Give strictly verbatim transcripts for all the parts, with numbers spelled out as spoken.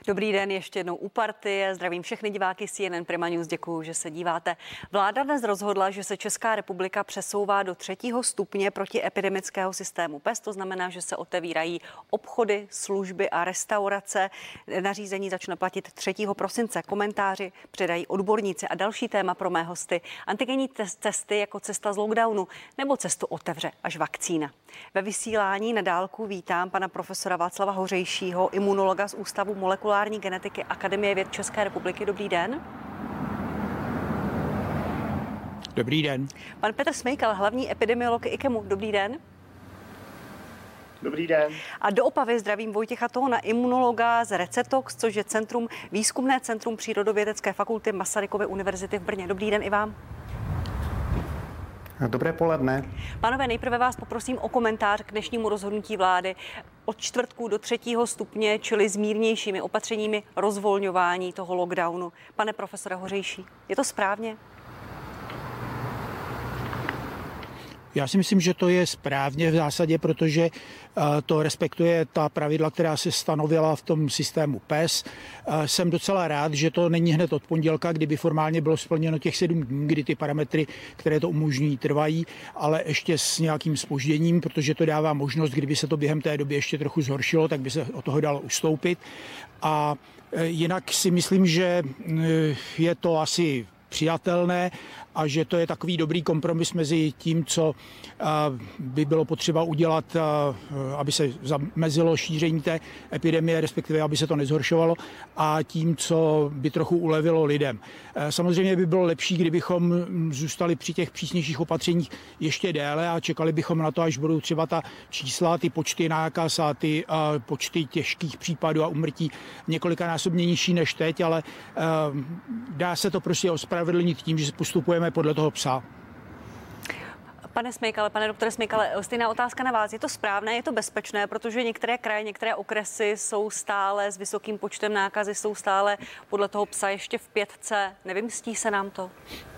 Dobrý den, ještě jednou u partie. Zdravím všechny diváky C N N Prima News, děkuji, že se díváte. Vláda dnes rozhodla, že se Česká republika přesouvá do třetího stupně protiepidemického systému P E S. To znamená, že se otevírají obchody, služby a restaurace. Nařízení začne platit třetího prosince. Komentáři předají odborníci a další téma pro mé hosty. Antigenní testy jako cesta z lockdownu nebo cestu otevře až vakcína. Ve vysílání na dálku vítám pana profesora Václava Hořejšího, imunologa z Ústavu molekulární genetiky Akademie věd České republiky. Dobrý den. Dobrý den. Pan Petr Smejkal, hlavní epidemiolog IKEMu. Dobrý den. Dobrý den. A do Opavy zdravím Vojtěcha Tóna, imunologa z Recetox, což je centrum, výzkumné centrum Přírodovědecké fakulty Masarykovy univerzity v Brně. Dobrý den i vám. Dobré poledne. Pánové, nejprve vás poprosím o komentář k dnešnímu rozhodnutí vlády od čtvrtku do třetího stupně, čili s mírnějšími opatřeními rozvolňování toho lockdownu. Pane profesore Hořejší, je to správně? Já si myslím, že to je správně v zásadě, protože to respektuje ta pravidla, která se stanovila v tom systému P E S. Jsem docela rád, že to není hned od pondělka, kdyby formálně bylo splněno těch sedm dní, kdy ty parametry, které to umožňují, trvají, ale ještě s nějakým zpožděním, protože to dává možnost, kdyby se to během té doby ještě trochu zhoršilo, tak by se od toho dalo ustoupit. A jinak si myslím, že je to asi přijatelné a že to je takový dobrý kompromis mezi tím, co by bylo potřeba udělat, aby se zamezilo šíření té epidemie, respektive aby se to nezhoršovalo, a tím, co by trochu ulevilo lidem. Samozřejmě by bylo lepší, kdybychom zůstali při těch přísnějších opatřeních ještě déle a čekali bychom na to, až budou třeba ta čísla, ty počty nákaz a ty počty těžkých případů a úmrtí několikanásobně nižší než teď, ale dá se to prostě ospravedlnit tím, že postupujeme podle toho psa. Pane Smejkale, pane doktore Smejkale, stejná otázka na vás. Je to správné, je to bezpečné, protože některé kraje, některé okresy jsou stále s vysokým počtem nákazy, jsou stále podle toho psa ještě v pětce. Nevymstí se nám to?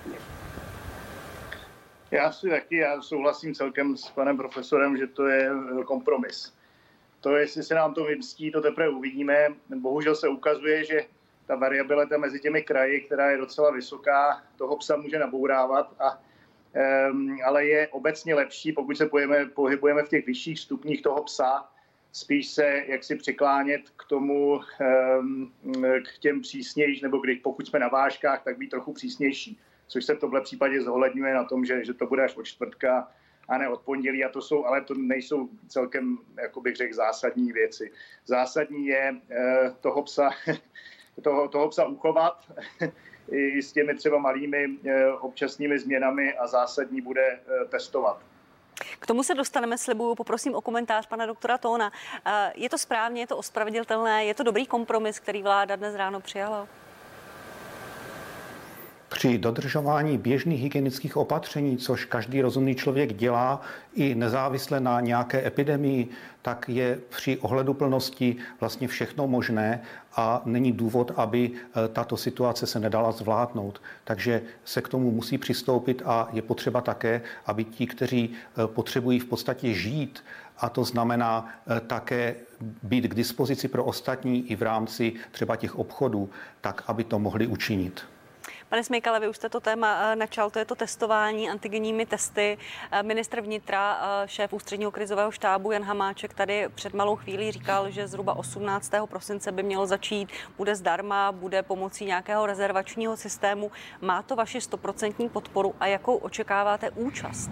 Já si taky, já souhlasím celkem s panem profesorem, že to je kompromis. To, jestli se nám to vymstí, to teprve uvidíme. Bohužel se ukazuje, že ta variabilita mezi těmi kraji, která je docela vysoká, toho psa může nabourávat, a, um, ale je obecně lepší, pokud se pohybujeme, pohybujeme v těch vyšších stupních toho psa, spíš se jaksi přiklánět k tomu, um, k těm přísnějším, nebo když pokud jsme na vážkách, tak být trochu přísnější, což se v tomhle případě zohledňuje na tom, že, že to bude až od čtvrtka a ne od pondělí, a to jsou, ale to nejsou celkem, jako bych řekl, zásadní věci. Zásadní je uh, toho psa Toho, toho psa uchovat i s těmi třeba malými občasnými změnami, a zásadní bude testovat. K tomu se dostaneme, slibuju, poprosím o komentář pana doktora Tóna. Je to správně, je to ospravedlnitelné, je to dobrý kompromis, který vláda dnes ráno přijala? Při dodržování běžných hygienických opatření, což každý rozumný člověk dělá i nezávisle na nějaké epidemii, tak je při ohleduplnosti vlastně všechno možné a není důvod, aby tato situace se nedala zvládnout. Takže se k tomu musí přistoupit a je potřeba také, aby ti, kteří potřebují v podstatě žít, a to znamená také být k dispozici pro ostatní i v rámci třeba těch obchodů, tak aby to mohli učinit. Pane Smejkale, vy už jste to téma načal, to je to testování antigenními testy. Ministr vnitra, šéf ústředního krizového štábu Jan Hamáček tady před malou chvílí říkal, že zhruba osmnáctého prosince by mělo začít, bude zdarma, bude pomocí nějakého rezervačního systému. Má to vaši stoprocentní podporu a jakou očekáváte účast?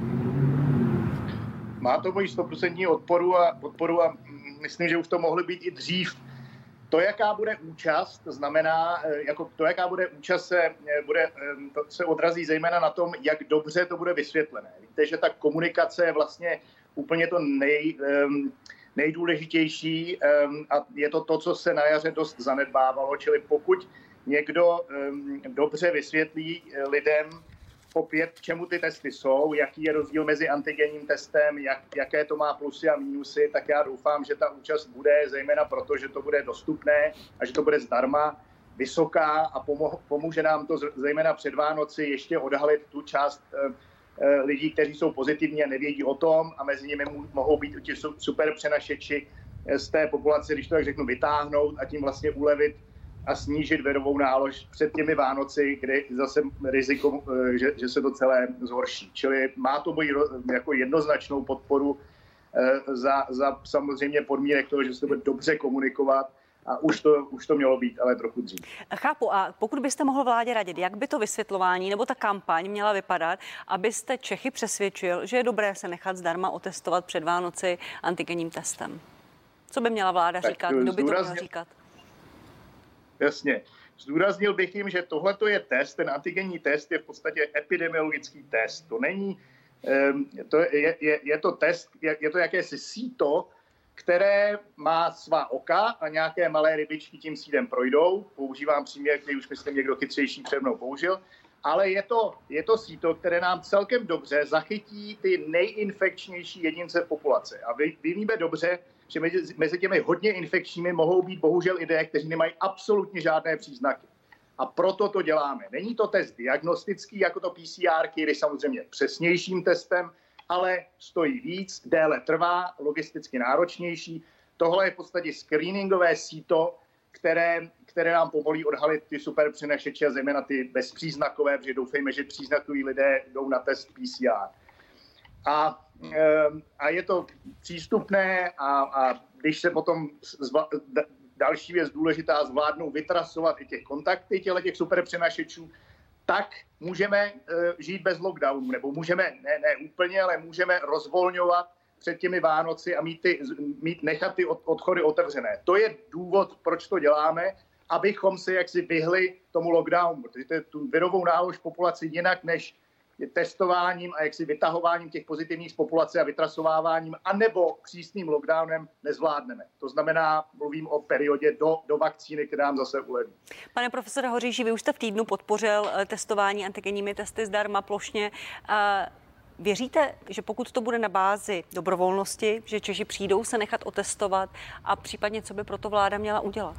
Má to moji stoprocentní podporu a podporu a myslím, že už to mohlo být i dřív. To, jaká bude účast, znamená, jako to, jaká bude účast, se, bude, to se odrazí zejména na tom, jak dobře to bude vysvětlené. Víte, že ta komunikace je vlastně úplně to nej, nejdůležitější a je to to, co se na jaře dost zanedbávalo. Čili pokud někdo dobře vysvětlí lidem opět, k čemu ty testy jsou, jaký je rozdíl mezi antigenním testem, jak, jaké to má plusy a mínusy, tak já doufám, že ta účast bude zejména proto, že to bude dostupné a že to bude zdarma, vysoká, a pomo- pomůže nám to zejména před Vánoci ještě odhalit tu část e, e, lidí, kteří jsou pozitivní a nevědí o tom, a mezi nimi mohou být ti super přenašeči z té populace, když to tak řeknu, vytáhnout a tím vlastně ulevit a snížit virovou nálož před těmi Vánoci, kde zase riziko, že, že se to celé zhorší. Čili má to být jako jednoznačnou podporu za, za samozřejmě podmínek toho, že se to bude dobře komunikovat. A už to, už to mělo být, ale trochu dřív. Chápu. A pokud byste mohl vládě radit, jak by to vysvětlování nebo ta kampaň měla vypadat, abyste Čechy přesvědčil, že je dobré se nechat zdarma otestovat před Vánoci antigenním testem? Co by měla vláda tak říkat? Kdo by to měl říkat? Jasně. Zdůraznil bych jim, že tohle je test, ten antigenní test je v podstatě epidemiologický test. To není, to je, je, je to test, je to jakési síto, které má svá oka a nějaké malé rybičky tím sídem projdou. Používám příměr, který už myslím někdo chytřejší před mnou použil. Ale je to, je to síto, které nám celkem dobře zachytí ty nejinfekčnější jedince v populaci. A vy, vy víme dobře, že mezi, mezi těmi hodně infekčními mohou být bohužel lidé, kteří nemají absolutně žádné příznaky. A proto to děláme. Není to test diagnostický, jako to P C R, který je samozřejmě přesnějším testem, ale stojí víc, déle trvá, logisticky náročnější. Tohle je v podstatě screeningové síto, které, které nám povolí odhalit ty super přenašeče a zejména ty bezpříznakové, protože doufejme, že příznakoví lidé jdou na test P C R. A, a je to přístupné a, a když se potom zva, další věc důležitá, zvládnou vytrasovat i těch kontakty těle těch super přenašečů, tak můžeme uh, žít bez lockdownu, nebo můžeme, ne, ne úplně, ale můžeme rozvolňovat před těmi Vánoci a mít ty, mít, nechat ty od, odchody otevřené. To je důvod, proč to děláme, abychom se jaksi vyhli tomu lockdownu, protože tu virovou nálož v populaci jinak než testováním a jaksi vytahováním těch pozitivních z populace a vytrasováváním anebo přísným lockdownem nezvládneme. To znamená, mluvím o periodě do, do vakcíny, která nám zase uleví. Pane profesore Hoříši, vy už jste v týdnu podpořil testování antigenními testy zdarma plošně. Věříte, že pokud to bude na bázi dobrovolnosti, že Češi přijdou se nechat otestovat a případně co by proto vláda měla udělat?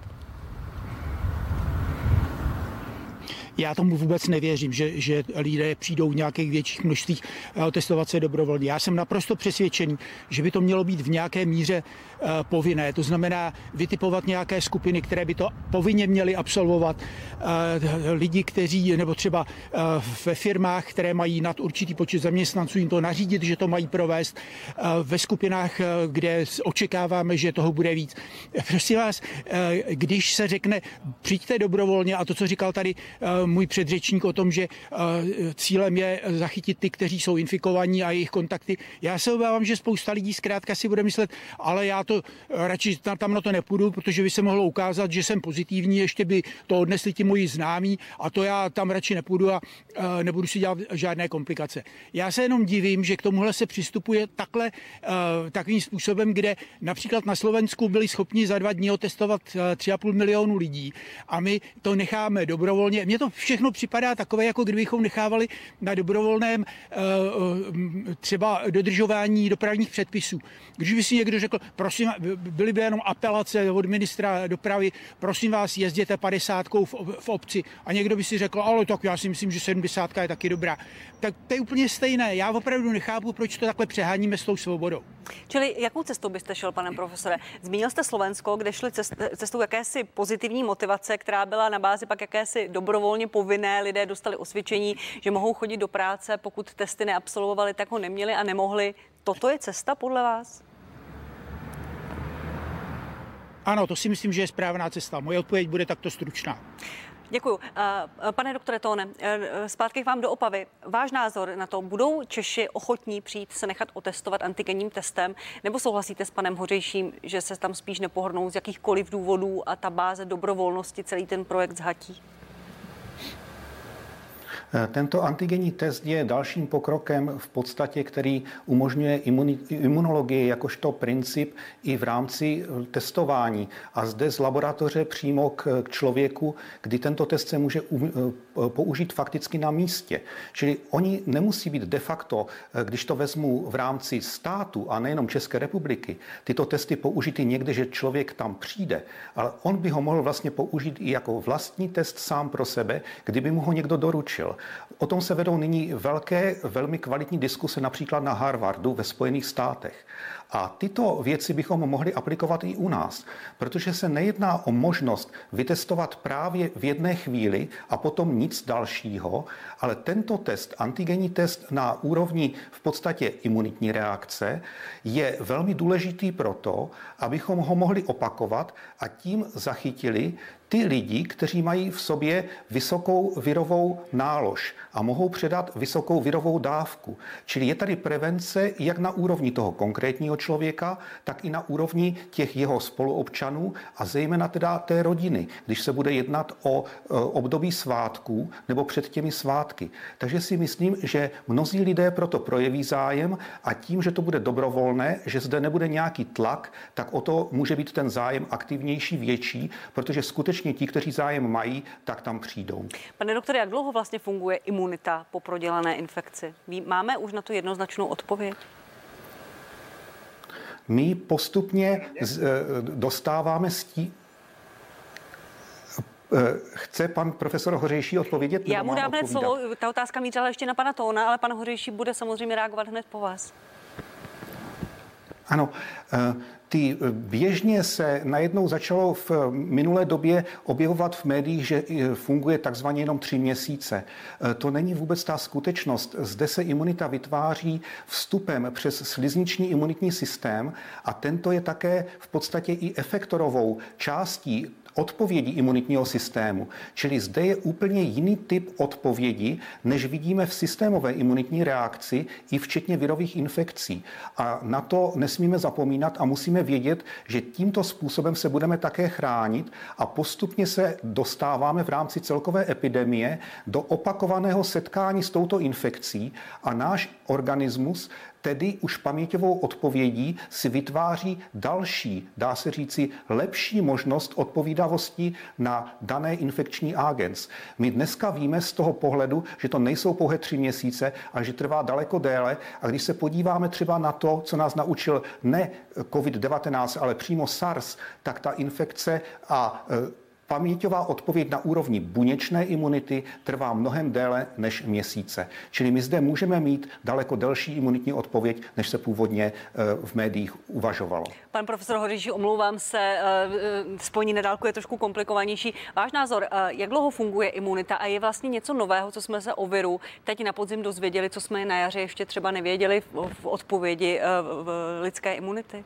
Já tomu vůbec nevěřím, že, že lidé přijdou v nějakých větších množstvích testovat se dobrovolně. Já jsem naprosto přesvědčený, že by to mělo být v nějaké míře uh, povinné. To znamená vytipovat nějaké skupiny, které by to povinně měly absolvovat. Uh, lidi, kteří, nebo třeba uh, ve firmách, které mají nad určitý počet zaměstnanců, jim to nařídit, že to mají provést. Uh, ve skupinách, uh, kde očekáváme, že toho bude víc. Prosím vás, uh, když se řekne, přijďte dobrovolně, a to, co říkal tady uh, můj předřečník o tom, že cílem je zachytit ty, kteří jsou infikovaní a jejich kontakty. Já se obávám, že spousta lidí zkrátka si bude myslet, ale já to radši tam na to nepůjdu, protože by se mohlo ukázat, že jsem pozitivní, ještě by to odnesli ti moji známí a to já tam radši nepůjdu a nebudu si dělat žádné komplikace. Já se jenom divím, že k tomuhle se přistupuje takhle takovým způsobem, kde například na Slovensku byli schopni za dva dny otestovat tři a půl milionu lidí a my to necháme dobrovolně. Mně to všechno připadá takové, jako kdybychom nechávali na dobrovolném třeba dodržování dopravních předpisů. Když by si někdo řekl, prosím, byly by jenom apelace od ministra dopravy, prosím vás, jezděte padesátkou v, v obci a někdo by si řekl, ale tak já si myslím, že sedmdesátka je taky dobrá. Tak to je úplně stejné. Já opravdu nechápu, proč to takhle přeháníme s tou svobodou. Čili jakou cestou byste šel, pane profesore? Zmínil jste Slovensko, kde šli cest, cestou jakési pozitivní motivace, která byla na bázi pak jakési dobrovolně povinné. Lidé dostali osvědčení, že mohou chodit do práce, pokud testy neabsolvovali, tak ho neměli a nemohli. Toto je cesta podle vás? Ano, to si myslím, že je správná cesta. Moje odpověď bude takto stručná. Děkuju. Pane doktore Thone, zpátky k vám do Opavy. Váš názor na to, budou Češi ochotní přijít se nechat otestovat antigenním testem, nebo souhlasíte s panem Hořejším, že se tam spíš nepohrnou z jakýchkoliv důvodů a ta báze dobrovolnosti celý ten projekt zhatí? Tento antigenní test je dalším pokrokem v podstatě, který umožňuje imunologii jakožto princip i v rámci testování. A zde z laboratoře přímo k člověku, kdy tento test se může použít fakticky na místě. Čili oni nemusí být de facto, když to vezmu v rámci státu a nejenom České republiky, tyto testy použity někde, že člověk tam přijde, ale on by ho mohl vlastně použít i jako vlastní test sám pro sebe, kdyby mu ho někdo doručil. O tom se vedou nyní velké, velmi kvalitní diskuse například na Harvardu ve Spojených státech. A tyto věci bychom mohli aplikovat i u nás, protože se nejedná o možnost vytestovat právě v jedné chvíli a potom nic dalšího, ale tento test, antigenní test na úrovni v podstatě imunitní reakce, je velmi důležitý proto, abychom ho mohli opakovat a tím zachytili ty lidi, kteří mají v sobě vysokou virovou nálož a mohou předat vysokou virovou dávku. Čili je tady prevence jak na úrovni toho konkrétního člověka, tak i na úrovni těch jeho spoluobčanů a zejména teda té rodiny, když se bude jednat o období svátků nebo před těmi svátky. Takže si myslím, že mnozí lidé proto projeví zájem a tím, že to bude dobrovolné, že zde nebude nějaký tlak, tak o to může být ten zájem aktivnější, větší, protože skutečně ti, kteří zájem mají, tak tam přijdou. Pane doktore, jak dlouho vlastně funguje imunita po prodělané infekci? Máme už na to jednoznačnou odpověď? My postupně z, dostáváme s tím. Chce pan profesor Hořejší odpovědět? Já mu dám hned slovo. Ta otázka mířila ještě na pana Tóna, ale pan Hořejší bude samozřejmě reagovat hned po vás. Ano, ty běžně se najednou začalo v minulé době objevovat v médiích, že funguje takzvaně jenom tři měsíce. To není vůbec ta skutečnost. Zde se imunita vytváří vstupem přes slizniční imunitní systém a tento je také v podstatě i efektorovou částí odpovědi imunitního systému. Čili zde je úplně jiný typ odpovědi, než vidíme v systémové imunitní reakci, i včetně virových infekcí. A na to nesmíme zapomínat a musíme vědět, že tímto způsobem se budeme také chránit a postupně se dostáváme v rámci celkové epidemie do opakovaného setkání s touto infekcí a náš organismus tedy už paměťovou odpovědí si vytváří další, dá se říci, lepší možnost odpovídavosti na dané infekční agens. My dneska víme z toho pohledu, že to nejsou pouhé tři měsíce, ale že trvá daleko déle. A když se podíváme třeba na to, co nás naučil ne covid devatenáct, ale přímo SARS, tak ta infekce a paměťová odpověď na úrovni buněčné imunity trvá mnohem déle než měsíce. Čili my zde můžeme mít daleko delší imunitní odpověď, než se původně v médiích uvažovalo. Pan profesor Hořejší, omlouvám se, spojení na dálku je trošku komplikovanější. Váš názor, jak dlouho funguje imunita a je vlastně něco nového, co jsme se o viru teď na podzim dozvěděli, co jsme na jaře ještě třeba nevěděli v odpovědi v lidské imunity?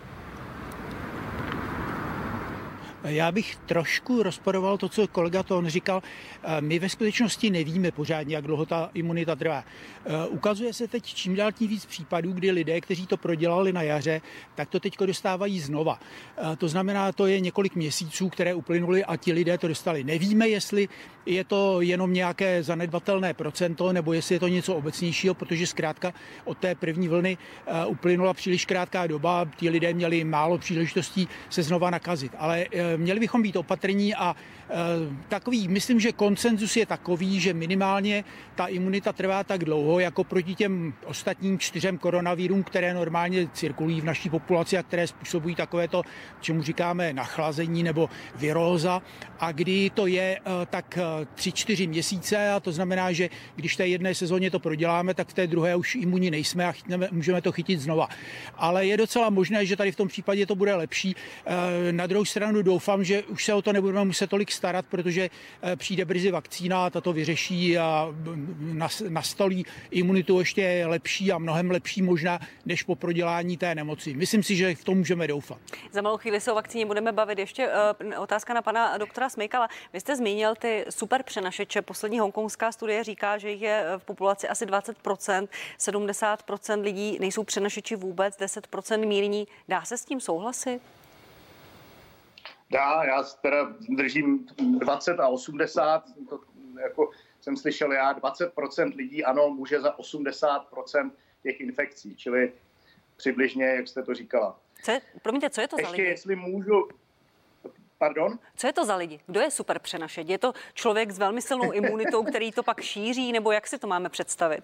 Já bych trošku rozporoval to, co kolega Tón říkal. My ve skutečnosti nevíme pořádně, jak dlouho ta imunita trvá. Ukazuje se teď čím dál tím víc případů, kdy lidé, kteří to prodělali na jaře, tak to teď dostávají znova. To znamená, to je několik měsíců, které uplynuly a ti lidé to dostali. Nevíme, jestli je to jenom nějaké zanedbatelné procento, nebo jestli je to něco obecnějšího, protože zkrátka od té první vlny uplynula příliš krátká doba, ti lidé měli málo příležitostí se znova nakazit. Ale měli bychom být opatrní a takový, myslím, že konsenzus je takový, že minimálně ta imunita trvá tak dlouho, jako proti těm ostatním čtyřem koronavírům, které normálně cirkulují v naší populaci a které způsobují takovéto, čemu říkáme nachlazení nebo viróza, a kdy to je tak tři, čtyři měsíce, a to znamená, že když v té jedné sezóně to proděláme, tak v té druhé už imunní nejsme a chytneme, můžeme to chytit znova. Ale je docela možné, že tady v tom případě to bude lepší. Na druhou stranu doufám, že už se o to nebudeme muset tolik starat, protože přijde brzy vakcína, ta to vyřeší a nastolí imunitu ještě lepší a mnohem lepší možná, než po prodělání té nemoci. Myslím si, že v tom můžeme doufat. Za malou chvíli se o vakcíně budeme bavit. Ještě uh, otázka na pana doktora Smejkala. Vy jste zmínil ty super přenašeče. Poslední hongkongská studie říká, že jich je v populaci asi dvacet procent, sedmdesát procent lidí nejsou přenašeči vůbec, deset procent mírní. Dá se s tím souhlasit? Dá, já teda držím dvacet a osmdesát, to jako jsem slyšel já, dvacet procent lidí ano, může za osmdesát procent těch infekcí, čili přibližně, jak jste to říkala. Co je, promiňte, co je to Ještě za lidi? jestli můžu, Pardon? Co je to za lidi? Kdo je super přenašeč? Je to člověk s velmi silnou imunitou, který to pak šíří, nebo jak si to máme představit?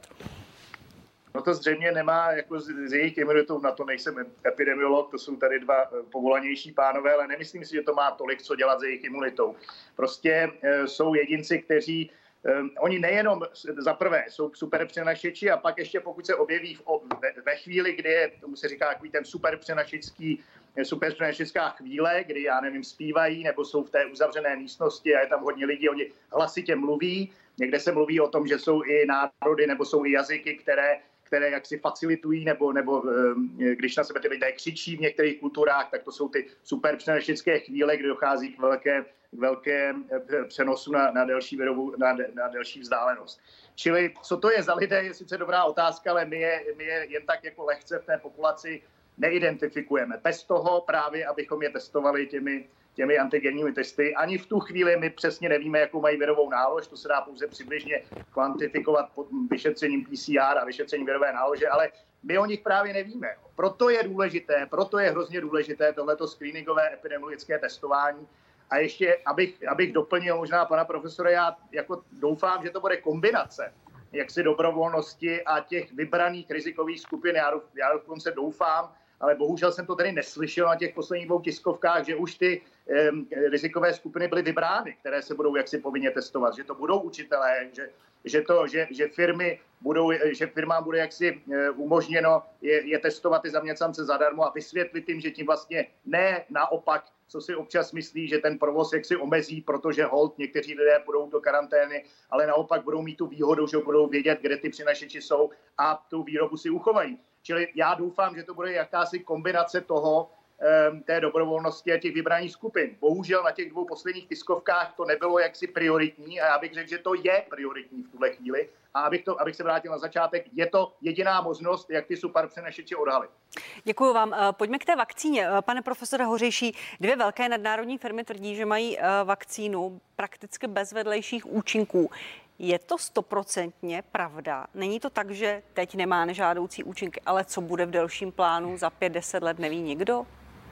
No to zřejmě nemá jako s jejich imunitou, na to nejsem epidemiolog, to jsou tady dva povolanější pánové, ale nemyslím si, že to má tolik co dělat s jejich imunitou. Prostě e, jsou jedinci, kteří, e, oni nejenom za prvé jsou super přenašeči a pak ještě pokud se objeví v, ve, ve chvíli, kdy je, tomu se říká takový ten super přenašecký, super přenašecká chvíle, kdy, já nevím, zpívají nebo jsou v té uzavřené místnosti a je tam hodně lidí, oni hlasitě mluví. Někde se mluví o tom, že jsou i národy nebo jsou i jazyky, které které jaksi facilitují, nebo, nebo když na sebe ty lidé křičí v některých kulturách, tak to jsou ty super přenašecké chvíle, kdy dochází k velké, k velké přenosu na, na, delší vědovu, na, na delší vzdálenost. Čili co to je za lidé, je sice dobrá otázka, ale my je, my je jen tak jako lehce v té populaci neidentifikujeme. Bez toho právě, abychom je testovali těmi těmi antigenními testy. Ani v tu chvíli my přesně nevíme, jakou mají virovou nálož, to se dá pouze přibližně kvantifikovat pod vyšetřením P C R a vyšetřením virové nálože, ale my o nich právě nevíme. Proto je důležité, proto je hrozně důležité tohleto screeningové epidemiologické testování. A ještě, abych, abych doplnil možná pana profesora, já jako doufám, že to bude kombinace jaksi dobrovolnosti a těch vybraných rizikových skupin. Já, já dokonce doufám, ale bohužel jsem to tady neslyšel na těch posledních dvou tiskovkách, že už ty eh, rizikové skupiny byly vybrány, které se budou jaksi povinně testovat, že to budou učitelé, že, že, to, že, že, firmy budou, že firmám bude jaksi eh, umožněno je, je testovat ty zaměstnance zadarmo a vysvětlit jim, že tím vlastně ne naopak, co si občas myslí, že ten provoz jaksi omezí, protože hold někteří lidé budou do karantény, ale naopak budou mít tu výhodu, že budou vědět, kde ty přinašeči jsou a tu výrobu si uchovají. Čili já doufám, že to bude jakási kombinace toho, té dobrovolnosti a těch vybraných skupin. Bohužel na těch dvou posledních tiskovkách to nebylo jaksi prioritní a já bych řekl, že to je prioritní v tuhle chvíli. A abych, to, abych se vrátil na začátek, je to jediná možnost, jak ty super přenašeče odhalit. Děkuji vám. Pojďme k té vakcíně. Pane profesore Hořejší, dvě velké nadnárodní firmy tvrdí, že mají vakcínu prakticky bez vedlejších účinků. Je to stoprocentně pravda? Není to tak, že teď nemá nežádoucí účinky, ale co bude v delším plánu za pět, deset let, neví nikdo?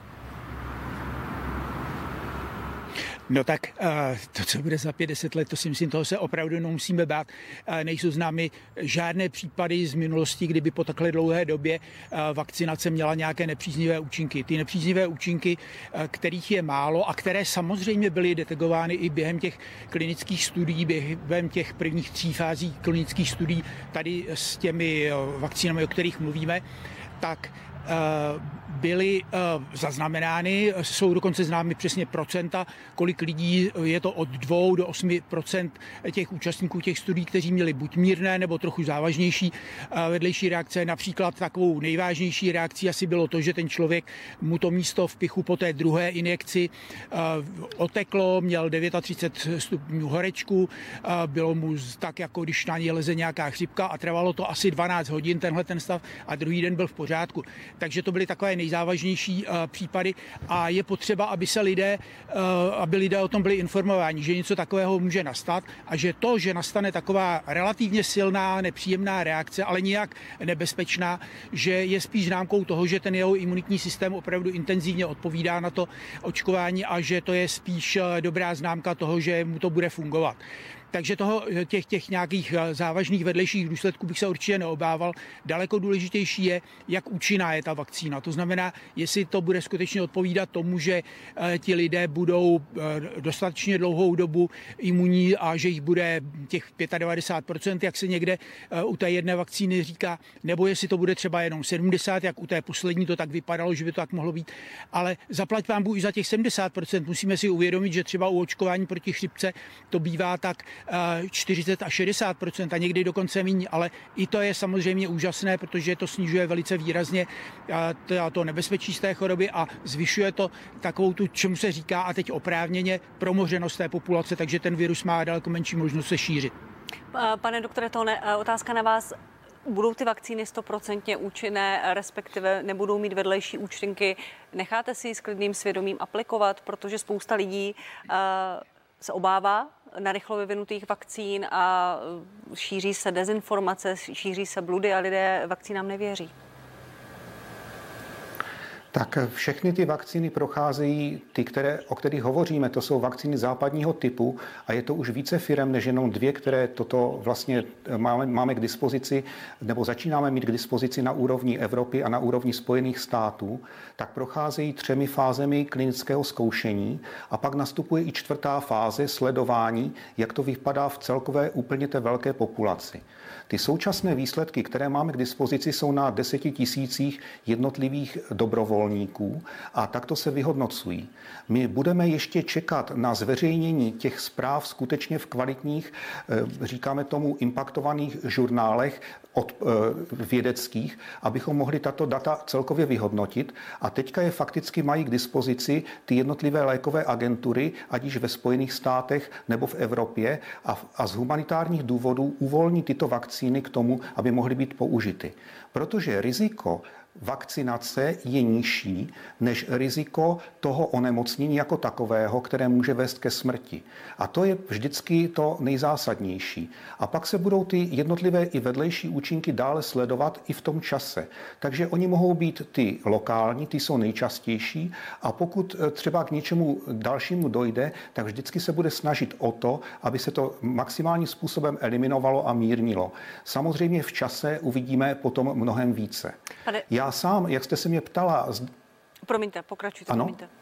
No tak to, co bude za pět, deset let, to si myslím, toho se opravdu nemusíme bát. Nejsou známy žádné případy z minulosti, kdyby po takhle dlouhé době vakcinace měla nějaké nepříznivé účinky. Ty nepříznivé účinky, kterých je málo a které samozřejmě byly detekovány i během těch klinických studií, během těch prvních tří fází klinických studií, tady s těmi vakcínami, o kterých mluvíme, tak byly zaznamenány, jsou dokonce známy přesně procenta, kolik lidí, je to od dvou do osmi procent těch účastníků těch studií, kteří měli buď mírné nebo trochu závažnější vedlejší reakce. Například takovou nejvážnější reakcí asi bylo to, že ten člověk mu to místo v pichu po té druhé injekci oteklo, měl třicet devět stupňů horečku, bylo mu tak, jako když na něj leze nějaká chřipka a trvalo to asi dvanáct hodin tenhle ten stav a druhý den byl v pořádku. Takže to byly takové nejzávažnější uh, případy a je potřeba, aby se lidé, uh, aby lidé o tom byli informováni, že něco takového může nastat a že to, že nastane taková relativně silná, nepříjemná reakce, ale nijak nebezpečná, že je spíš známkou toho, že ten jeho imunitní systém opravdu intenzivně odpovídá na to očkování a že to je spíš dobrá známka toho, že mu to bude fungovat. Takže toho, těch, těch nějakých závažných vedlejších důsledků bych se určitě neobával. Daleko důležitější je, jak účinná je ta vakcína. To znamená, jestli to bude skutečně odpovídat tomu, že ti lidé budou dostatečně dlouhou dobu imunní a že jich bude těch devadesát pět procent, jak se někde u té jedné vakcíny říká, nebo jestli to bude třeba jenom sedmdesát procent, jak u té poslední to tak vypadalo, že by to tak mohlo být. Ale zaplať vám Bůh i za těch sedmdesát procent. Musíme si uvědomit, že třeba u očkování proti chřipce to bývá tak čtyřicet až šedesát procent a někdy dokonce méně, ale i to je samozřejmě úžasné, protože to snižuje velice výrazně to, to nebezpečí z té choroby a zvyšuje to takovou tu, čemu se říká a teď oprávněně promořenost té populace, takže ten virus má daleko menší možnost se šířit. Pane doktore Tone, otázka na vás. Budou ty vakcíny stoprocentně účinné, respektive nebudou mít vedlejší účinky? Necháte si ji s klidným svědomím aplikovat, protože spousta lidí uh, se obává narychlo vyvinutých vakcín a šíří se dezinformace, šíří se bludy a lidé vakcínám nevěří. Tak všechny ty vakcíny procházejí, ty, které, o kterých hovoříme, to jsou vakcíny západního typu a je to už více firem než jenom dvě, které toto vlastně máme, máme k dispozici, nebo začínáme mít k dispozici na úrovni Evropy a na úrovni Spojených států, tak procházejí třemi fázemi klinického zkoušení a pak nastupuje i čtvrtá fáze sledování, jak to vypadá v celkové úplně té velké populaci. Ty současné výsledky, které máme k dispozici, jsou na deseti tisících jednotlivých dobrovolníků a takto se vyhodnocují. My budeme ještě čekat na zveřejnění těch zpráv skutečně v kvalitních, říkáme tomu, impaktovaných žurnálech od vědeckých, abychom mohli tato data celkově vyhodnotit. A teďka je fakticky mají k dispozici ty jednotlivé lékové agentury, ať již ve Spojených státech nebo v Evropě a, a z humanitárních důvodů uvolní tyto vakcíny k tomu, aby mohly být použity. Protože riziko vakcinace je nižší než riziko toho onemocnění jako takového, které může vést ke smrti. A to je vždycky to nejzásadnější. A pak se budou ty jednotlivé i vedlejší účinky dále sledovat i v tom čase. Takže oni mohou být ty lokální, ty jsou nejčastější a pokud třeba k něčemu dalšímu dojde, tak vždycky se bude snažit o to, aby se to maximálním způsobem eliminovalo a mírnilo. Samozřejmě v čase uvidíme potom mnohem více. Pane... Já sám, jak jste se mě ptala... Promiňte, pokračujte, ano? promiňte.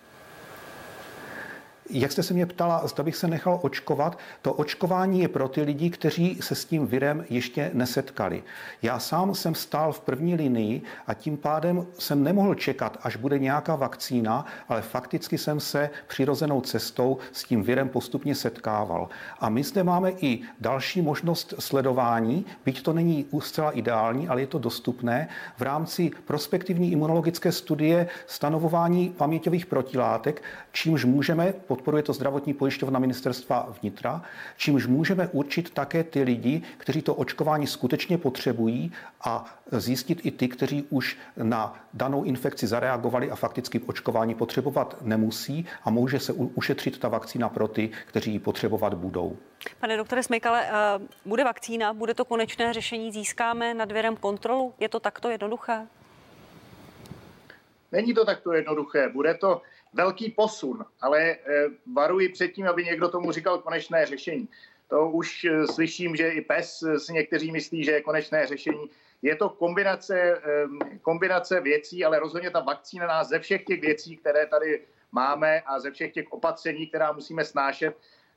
Jak jste se mě ptala, zda bych se nechal očkovat, to očkování je pro ty lidi, kteří se s tím virem ještě nesetkali. Já sám jsem stál v první linii a tím pádem jsem nemohl čekat, až bude nějaká vakcína, ale fakticky jsem se přirozenou cestou s tím virem postupně setkával. A my zde máme i další možnost sledování, byť to není zcela ideální, ale je to dostupné v rámci prospektivní imunologické studie stanovování paměťových protilátek, čímž můžeme podporuje to zdravotní pojišťovna ministerstva vnitra, čímž můžeme určit také ty lidi, kteří to očkování skutečně potřebují a zjistit i ty, kteří už na danou infekci zareagovali a fakticky očkování potřebovat nemusí a může se ušetřit ta vakcína pro ty, kteří ji potřebovat budou. Pane doktore Smejkale, bude vakcína, bude to konečné řešení, získáme nad virem kontrolu? Je to takto jednoduché? Není to takto jednoduché, bude to velký posun, ale varuji před tím, aby někdo tomu říkal konečné řešení. To už slyším, že i PES si někteří myslí, že je konečné řešení. Je to kombinace, kombinace věcí, ale rozhodně ta vakcína nás ze všech těch věcí, které tady máme a ze všech těch opatření, která musíme snášet,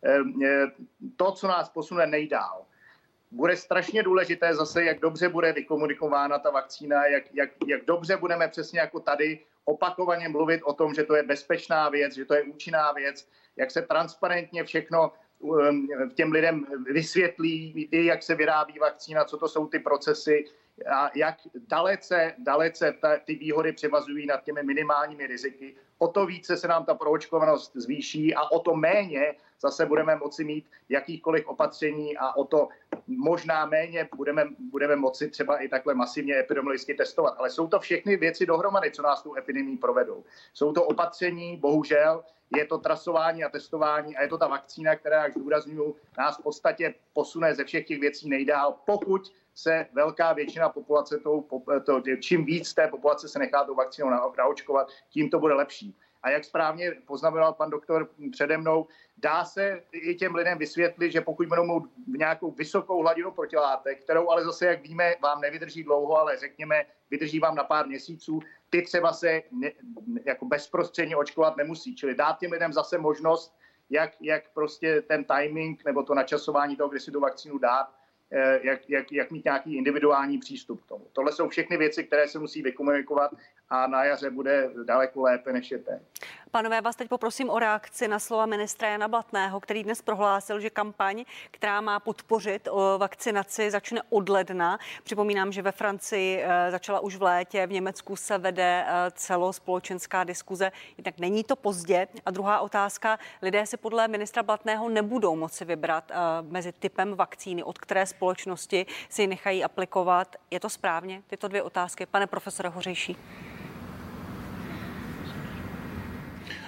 to, co nás posune nejdál. Bude strašně důležité zase, jak dobře bude vykomunikována ta vakcína, jak, jak, jak dobře budeme přesně jako tady opakovaně mluvit o tom, že to je bezpečná věc, že to je účinná věc, jak se transparentně všechno těm lidem vysvětlí, i jak se vyrábí vakcína, co to jsou ty procesy a jak dalece, dalece ta, ty výhody převažují nad těmi minimálními riziky. O to více se nám ta proočkovanost zvýší a o to méně zase budeme moci mít jakýchkoliv opatření a o to možná méně budeme, budeme moci třeba i takhle masivně epidemiologicky testovat. Ale jsou to všechny věci dohromady, co nás tu epidemii provedou. Jsou to opatření, bohužel, je to trasování a testování a je to ta vakcína, která, jak zdůrazňuji, nás v podstatě posune ze všech těch věcí nejdál, pokud se velká většina populace, tou, to, čím víc té populace se nechá tou vakcínou naočkovat, tím to bude lepší. A jak správně poznamenal pan doktor přede mnou, dá se i těm lidem vysvětlit, že pokud budou mít nějakou vysokou hladinu protilátek, kterou ale zase, jak víme, vám nevydrží dlouho, ale řekněme, vydrží vám na pár měsíců, ty třeba se ne, jako bezprostředně očkovat nemusí. Čili dát těm lidem zase možnost, jak, jak prostě ten timing nebo to načasování toho, kdy si tu vakcínu dát, jak, jak, jak mít nějaký individuální přístup k tomu. Tohle jsou všechny věci, které se musí vykomunikovat a na jaře bude daleko lépe, než je teď. Pánové, vás teď poprosím o reakci na slova ministra Jana Blatného, který dnes prohlásil, že kampaň, která má podpořit vakcinaci, začne od ledna. Připomínám, že ve Francii začala už v létě, v Německu se vede celospolečenská diskuze, tak není to pozdě. A druhá otázka, lidé si podle ministra Blatného nebudou moci vybrat mezi typem vakcíny, od které společnosti si ji nechají aplikovat. Je to správně? Tyto dvě otázky, pane profesore Hořejší.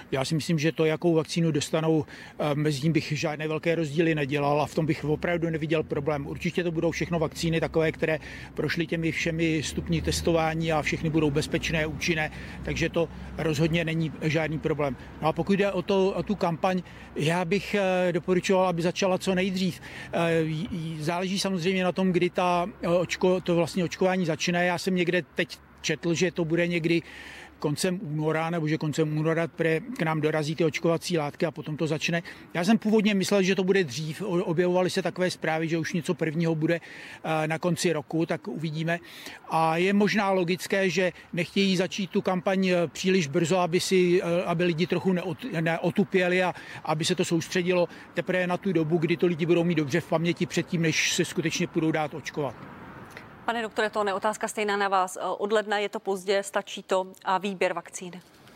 Já si myslím, že to, jakou vakcínu dostanou, mezi tím bych žádné velké rozdíly nedělal a v tom bych opravdu neviděl problém. Určitě to budou všechno vakcíny takové, které prošly těmi všemi stupni testování a všechny budou bezpečné, účinné, takže to rozhodně není žádný problém. No a pokud jde o, to, o tu kampaň, já bych doporučoval, aby začala co nejdřív. Záleží samozřejmě na tom, kdy ta očko, to vlastně očkování začíná. Já jsem někde teď četl, že to bude někdy koncem února, nebo že koncem února k nám dorazí ty očkovací látky a potom to začne. Já jsem původně myslel, že to bude dřív. Objevovaly se takové zprávy, že už něco prvního bude na konci roku, tak uvidíme. A je možná logické, že nechtějí začít tu kampaň příliš brzo, aby, si, aby lidi trochu neotupěli a aby se to soustředilo teprve na tu dobu, kdy to lidi budou mít dobře v paměti předtím, než se skutečně budou dát očkovat. Pane doktore, to je otázka stejná na vás. Od ledna je to pozdě, stačí to a výběr vakcín?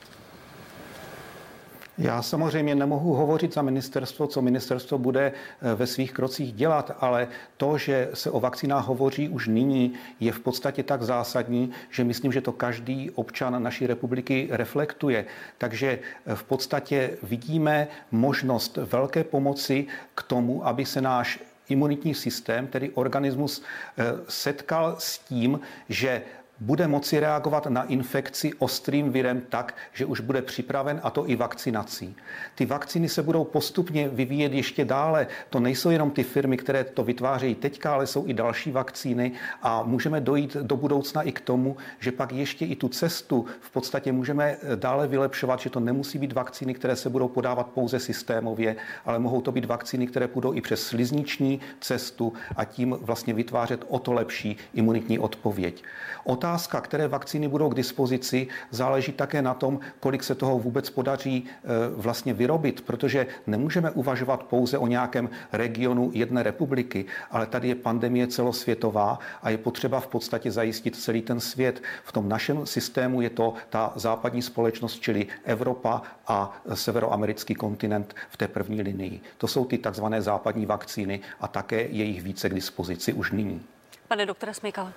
Já samozřejmě nemohu hovořit za ministerstvo, co ministerstvo bude ve svých krocích dělat, ale to, že se o vakcínách hovoří už nyní, je v podstatě tak zásadní, že myslím, že to každý občan naší republiky reflektuje. Takže v podstatě vidíme možnost velké pomoci k tomu, aby se náš imunitní systém, tedy organismus, setkal s tím, že bude moci reagovat na infekci ostrým virem tak, že už bude připraven, a to i vakcinací. Ty vakcíny se budou postupně vyvíjet ještě dále. To nejsou jenom ty firmy, které to vytvářejí teďka, ale jsou i další vakcíny a můžeme dojít do budoucna i k tomu, že pak ještě i tu cestu v podstatě můžeme dále vylepšovat, že to nemusí být vakcíny, které se budou podávat pouze systémově, ale mohou to být vakcíny, které půjdou i přes slizniční cestu a tím vlastně vytvářet o to lepší imunitní odpověď. Otázka, které vakcíny budou k dispozici, záleží také na tom, kolik se toho vůbec podaří vlastně vyrobit, protože nemůžeme uvažovat pouze o nějakém regionu jedné republiky, ale tady je pandemie celosvětová a je potřeba v podstatě zajistit celý ten svět. V tom našem systému je to ta západní společnost, čili Evropa a severoamerický kontinent v té první linii. To jsou ty takzvané západní vakcíny a také je jich více k dispozici už nyní. Pane doktore Smejkale.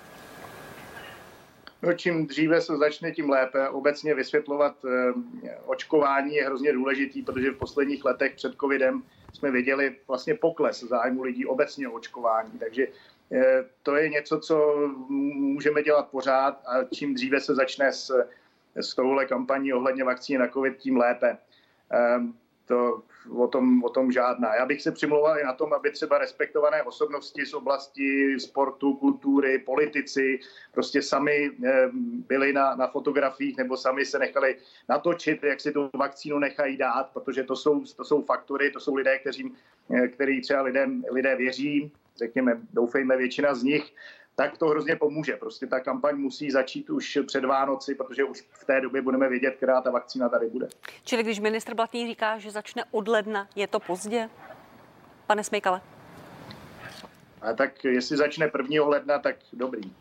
No, čím dříve se začne, tím lépe. Obecně vysvětlovat eh, očkování je hrozně důležitý, protože v posledních letech před covidem jsme viděli vlastně pokles zájmu lidí obecně o očkování. Takže eh, to je něco, co můžeme dělat pořád a čím dříve se začne s, s touhle kampaní ohledně vakcíny na covid, tím lépe. Eh, to O tom, o tom žádná. Já bych se přimlouval i na tom, aby třeba respektované osobnosti z oblasti sportu, kultury, politici prostě sami byli na, na fotografiích nebo sami se nechali natočit, jak si tu vakcínu nechají dát, protože to jsou, to jsou faktory, to jsou lidé, kteří, který třeba lidem, lidé věří, řekněme, doufejme většina z nich, tak to hrozně pomůže. Prostě ta kampaň musí začít už před Vánoci, protože už v té době budeme vědět, která ta vakcína tady bude. Čili když ministr Blatný říká, že začne od ledna, je to pozdě? Pane Smejkale. A tak jestli začne prvního ledna, tak dobrý.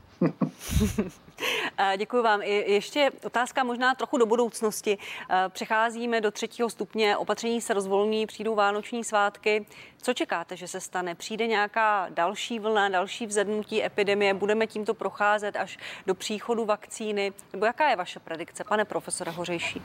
Děkuji vám. Ještě otázka možná trochu do budoucnosti. Přecházíme do třetího stupně, opatření se rozvolní, přijdou vánoční svátky. Co čekáte, že se stane? Přijde nějaká další vlna, další vzedmutí epidemie? Budeme tímto procházet až do příchodu vakcíny? Nebo jaká je vaše predikce, pane profesore Hořejší?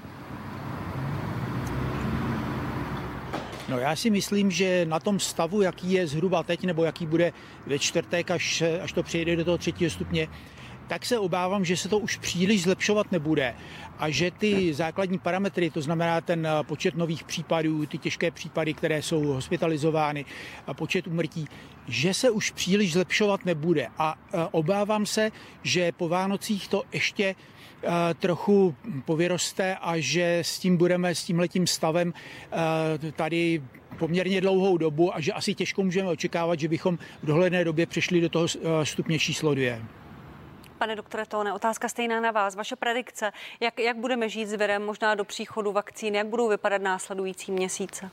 No já si myslím, že na tom stavu, jaký je zhruba teď, nebo jaký bude ve čtvrtek, až, až to přejde do toho třetího stupně, tak se obávám, že se to už příliš zlepšovat nebude a že ty základní parametry, to znamená ten počet nových případů, ty těžké případy, které jsou hospitalizovány, a počet úmrtí, že se už příliš zlepšovat nebude. A obávám se, že po Vánocích to ještě trochu povyroste a že s tím budeme, s tímhletím stavem tady poměrně dlouhou dobu a že asi těžko můžeme očekávat, že bychom v dohledné době přešli do toho stupně číslo dvě. Pane doktore Tóne, otázka stejná na vás. Vaše predikce, jak, jak budeme žít s virem možná do příchodu vakcín, jak budou vypadat následující měsíce?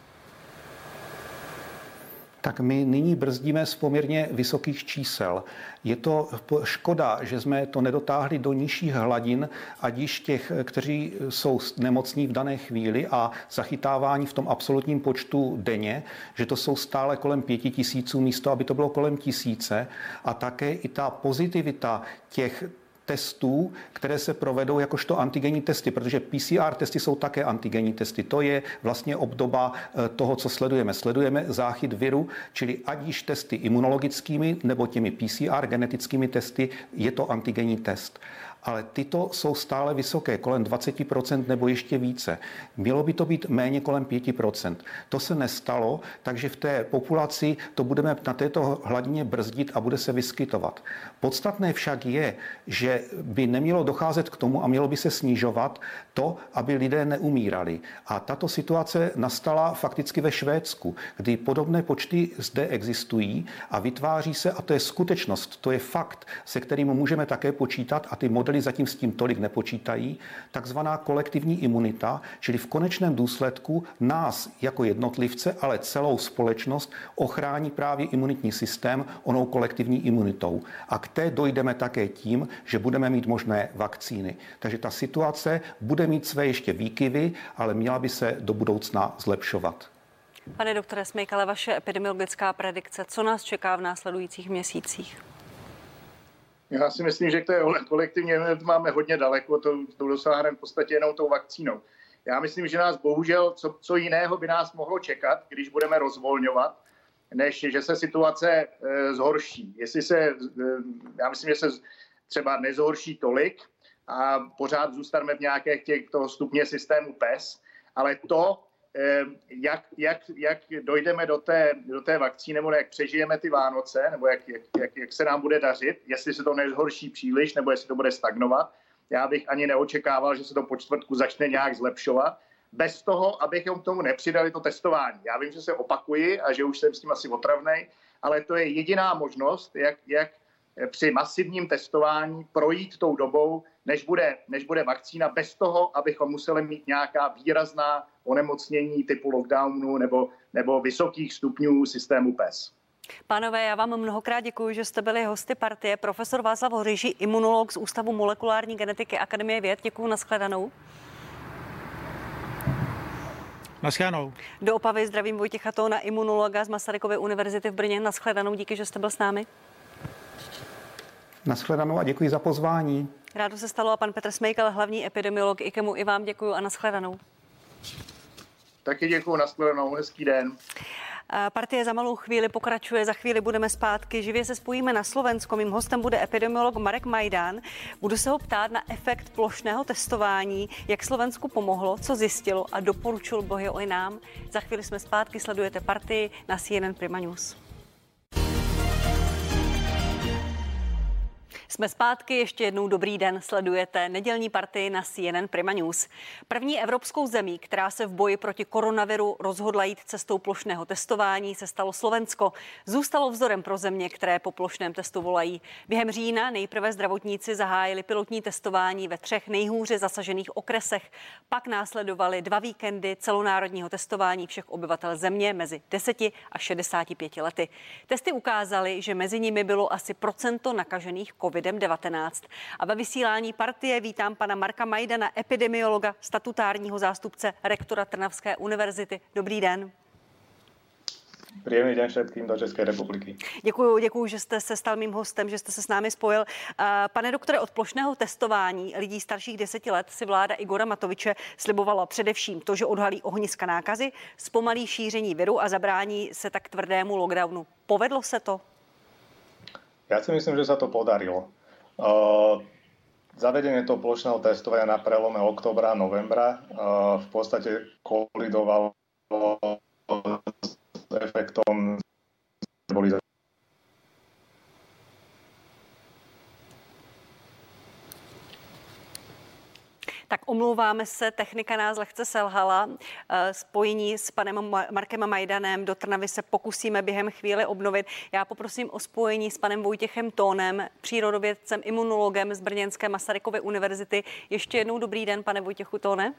Tak my nyní brzdíme z poměrně vysokých čísel. Je to škoda, že jsme to nedotáhli do nižších hladin, ať již těch, kteří jsou nemocní v dané chvíli a zachytávání v tom absolutním počtu denně, že to jsou stále kolem pěti tisíců místo, aby to bylo kolem tisíce. A také i ta pozitivita těch testů, které se provedou jakožto antigenní testy, protože P C R testy jsou také antigenní testy. To je vlastně obdoba toho, co sledujeme. Sledujeme záchyt viru, čili ať již testy imunologickými nebo těmi P C R genetickými testy, je to antigenní test. Ale tyto jsou stále vysoké, kolem dvacet procent nebo ještě více. Mělo by to být méně kolem pět procent. To se nestalo, takže v té populaci to budeme na této hladině brzdit a bude se vyskytovat. Podstatné však je, že by nemělo docházet k tomu a mělo by se snižovat to, aby lidé neumírali. A tato situace nastala fakticky ve Švédsku, kdy podobné počty zde existují a vytváří se, a to je skutečnost, to je fakt, se kterým můžeme také počítat a ty modely zatím s tím tolik nepočítají, takzvaná kolektivní imunita, čili v konečném důsledku nás jako jednotlivce, ale celou společnost ochrání právě imunitní systém onou kolektivní imunitou. A k té dojdeme také tím, že budeme mít možné vakcíny. Takže ta situace bude mít své ještě výkyvy, ale měla by se do budoucna zlepšovat. Pane doktore Smejkale, vaše epidemiologická predikce, co nás čeká v následujících měsících? Já si myslím, že to je kolektivně máme hodně daleko, to, to dosáhneme v podstatě jenom tou vakcínou. Já myslím, že nás bohužel, co, co jiného by nás mohlo čekat, když budeme rozvolňovat, než že se situace e, zhorší. Jestli se, e, já myslím, že se třeba nezhorší tolik a pořád zůstaneme v nějaké těch toho stupně systému P E S, ale to, Jak, jak, jak dojdeme do té, do té vakcíny, nebo jak přežijeme ty Vánoce, nebo jak, jak, jak, jak se nám bude dařit, jestli se to nezhorší příliš, nebo jestli to bude stagnovat. Já bych ani neočekával, že se to po čtvrtku začne nějak zlepšovat, bez toho, abychom k tomu nepřidali to testování. Já vím, že se opakuji a že už jsem s tím asi otravnej, ale to je jediná možnost, jak, jak při masivním testování projít tou dobou, než bude, než bude vakcína, bez toho, abychom museli mít nějaká výrazná onemocnění typu lockdownu nebo, nebo vysokých stupňů systému P E S. Pánové, já vám mnohokrát děkuji, že jste byli hosty partie. Profesor Václav Hořejší, imunolog z Ústavu molekulární genetiky Akademie věd. Děkuji, nashledanou. Nashledanou. Do Opavy zdravím Vojtěcha Tóna, imunologa z Masarykovy univerzity v Brně. Nashledanou, díky, že jste byl s námi. Nashledanou a děkuji za pozvání. Rádo se stalo a pan Petr Smejkal, hlavní epidemiolog IKEMu, i vám děkuji a nashledanou. Taky děkuji, nashledanou, hezký den. Partie za malou chvíli pokračuje, za chvíli budeme zpátky. Živě se spojíme na Slovensko. Mým hostem bude epidemiolog Marek Majdan. Budu se ho ptát na efekt plošného testování, jak Slovensku pomohlo, co zjistilo a doporučil bohy i nám. Za chvíli jsme zpátky, sledujete Partii na C N N Prima News. Jsme zpátky, ještě jednou dobrý den, sledujete nedělní Partii na C N N Prima News. První evropskou zemí, která se v boji proti koronaviru rozhodla jít cestou plošného testování, se stalo Slovensko. Zůstalo vzorem pro země, které po plošném testu volají. Během října nejprve zdravotníci zahájili pilotní testování ve třech nejhůře zasažených okresech. Pak následovaly dva víkendy celonárodního testování všech obyvatel země mezi deseti a šedesáti pěti lety. Testy ukázaly, že mezi nimi bylo asi procento nakažených covid devatenáct. A ve vysílání Partie vítám pana Marka Majdana, epidemiologa, statutárního zástupce rektora Trnavské univerzity. Dobrý den. Príjemný deň všetkým do České republiky. Děkuju, děkuju, že jste se stal mým hostem, že jste se s námi spojil. Pane doktore, od plošného testování lidí starších deseti let si vláda Igora Matoviče slibovala především to, že odhalí ohniska nákazy, zpomalí šíření viru a zabrání se tak tvrdému lockdownu. Povedlo se to? Ja si myslím, že sa to podarilo. Uh, zavedenie toho plošného testovania na prelome októbra a novembra uh, v podstate kolidovalo s efektom boli Tak omlouváme se, technika nás lehce selhala. Spojení s panem Markem Majdanem do Trnavy se pokusíme během chvíli obnovit. Já poprosím o spojení s panem Vojtěchem Tónem, přírodovědcem, imunologem z Brněnské Masarykovy univerzity. Ještě jednou dobrý den, pane Vojtěchu Tóne.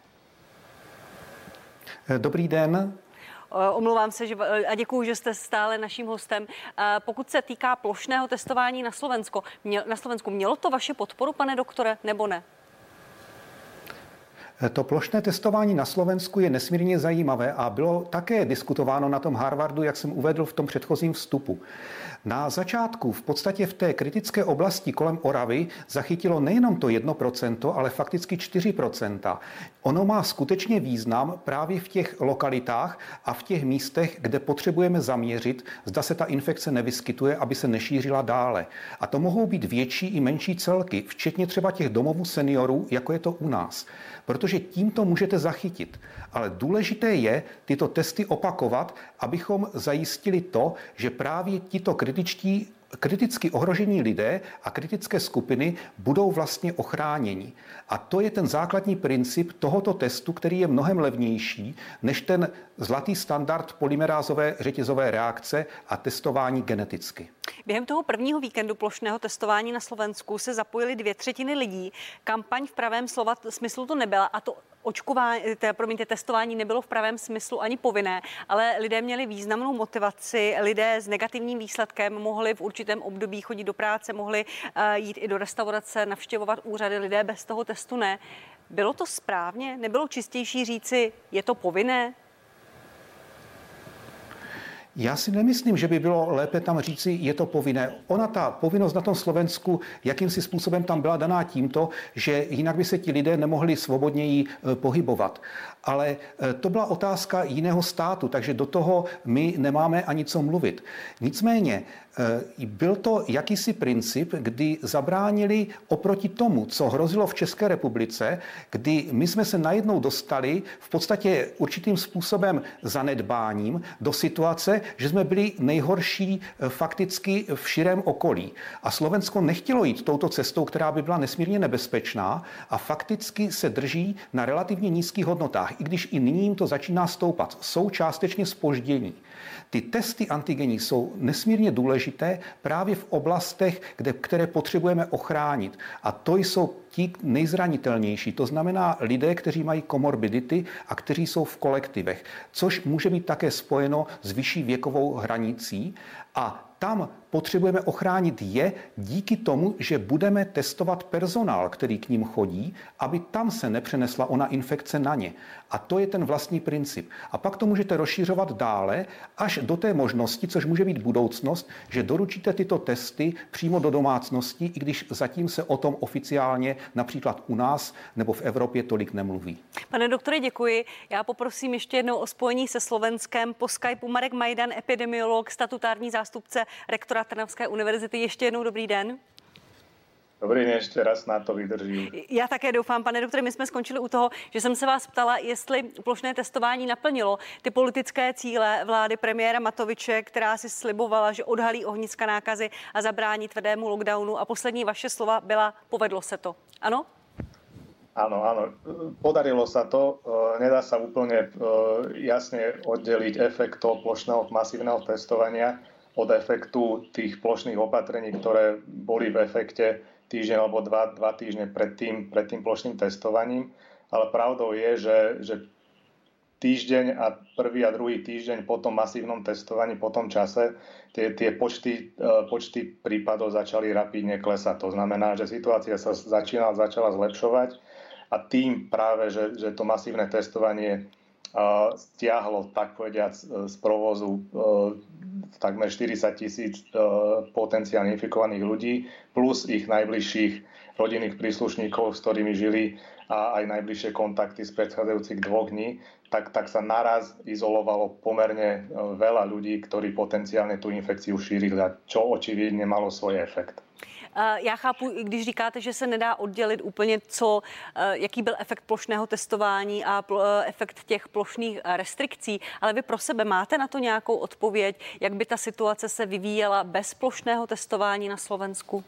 Dobrý den. Omlouvám se že, a děkuju, že jste stále naším hostem. Pokud se týká plošného testování na Slovensko, měl, na Slovensku, mělo to vaši podporu, pane doktore, nebo ne? To plošné testování na Slovensku je nesmírně zajímavé a bylo také diskutováno na tom Harvardu, jak jsem uvedl v tom předchozím vstupu. Na začátku v podstatě v té kritické oblasti kolem Oravy zachytilo nejenom to jedno procento, ale fakticky čtyři procenta. Ono má skutečně význam právě v těch lokalitách a v těch místech, kde potřebujeme zaměřit, zda se ta infekce nevyskytuje, aby se nešířila dále. A to mohou být větší i menší celky, včetně třeba těch domovů seniorů, jako je to u nás. Protože tím to můžete zachytit. Ale důležité je tyto testy opakovat, abychom zajistili to, že právě tito kritičtí kriticky ohrožení lidé a kritické skupiny budou vlastně ochráněni. A to je ten základní princip tohoto testu, který je mnohem levnější než ten zlatý standard polymerázové řetězové reakce a testování geneticky. Během toho prvního víkendu plošného testování na Slovensku se zapojily dvě třetiny lidí. Kampaň v pravém slova smyslu to nebyla a to očkování, teda, promiňte, testování nebylo v pravém smyslu ani povinné, ale lidé měli významnou motivaci, lidé s negativním výsledkem mohli v určitém období chodit do práce, mohli uh, jít i do restaurace, navštěvovat úřady, lidé bez toho testu ne. Bylo to správně? Nebylo čistější říci, je to povinné? Já si nemyslím, že by bylo lépe tam říci, je to povinné. Ona, ta povinnost na tom Slovensku, jakýmsi způsobem tam byla daná tímto, že jinak by se ti lidé nemohli svobodněji pohybovat. Ale to byla otázka jiného státu, takže do toho my nemáme ani co mluvit. Nicméně byl to jakýsi princip, kdy zabránili oproti tomu, co hrozilo v České republice, kdy my jsme se najednou dostali v podstatě určitým způsobem zanedbáním do situace, že jsme byli nejhorší fakticky v širém okolí. A Slovensko nechtělo jít touto cestou, která by byla nesmírně nebezpečná a fakticky se drží na relativně nízkých hodnotách, i když i nyní jim to začíná stoupat. Jsou částečně zpoždění. Ty testy antigenní jsou nesmírně důležité právě v oblastech, kde, které potřebujeme ochránit. A to jsou ti nejzranitelnější. To znamená lidé, kteří mají komorbidity a kteří jsou v kolektivech, což může být také spojeno s vyšší věkovou hranicí. A tam potřebujeme ochránit je díky tomu, že budeme testovat personál, který k ním chodí, aby tam se nepřenesla ona infekce na ně. A to je ten vlastní princip. A pak to můžete rozšířovat dále až do té možnosti, což může být budoucnost, že doručíte tyto testy přímo do domácnosti, i když zatím se o tom oficiálně například u nás nebo v Evropě tolik nemluví. Pane doktore, děkuji. Já poprosím ještě jednou o spojení se Slovenskem. Po Skypeu Marek Majdan, epidemiolog, statutární zástupce rektora Trnavské univerzity. Ještě jednou dobrý den. Dobrý den, ještě raz na to vydržím. Já také doufám, pane doktore, my jsme skončili u toho, že jsem se vás ptala, jestli plošné testování naplnilo ty politické cíle vlády premiéra Matoviče, která si slibovala, že odhalí ohniska nákazy a zabrání tvrdému lockdownu. A poslední vaše slova byla, povedlo se to. Ano? Áno, áno, podarilo sa to. Nedá sa úplne jasne oddeliť efekt toho plošného masívneho testovania od efektu tých plošných opatrení, ktoré boli v efekte týždeň alebo dva, dva týždne pred tým, pred tým plošným testovaním. Ale pravdou je, že, že týždeň a prvý a druhý týždeň po tom masívnom testovaní, po tom čase, tie, tie počty, počty prípadov začali rapidne klesať. To znamená, že situácia sa začínala, začala zlepšovať a tým práve, že, že to masívne testovanie uh, stiahlo, tak povediac, z provozu uh, takmer štyridsať tisíc uh, potenciálne infikovaných ľudí plus ich najbližších rodinných príslušníkov, s ktorými žili a aj najbližšie kontakty z predchádzajúcich dvoch dní, tak, tak sa naraz izolovalo pomerne veľa ľudí, ktorí potenciálne tú infekciu šírili, čo očividne malo svoj efekt. Já chápu, když říkáte, že se nedá oddělit úplně, co, jaký byl efekt plošného testování a efekt těch plošných restrikcí, ale vy pro sebe máte na to nějakou odpověď, jak by ta situace se vyvíjela bez plošného testování na Slovensku?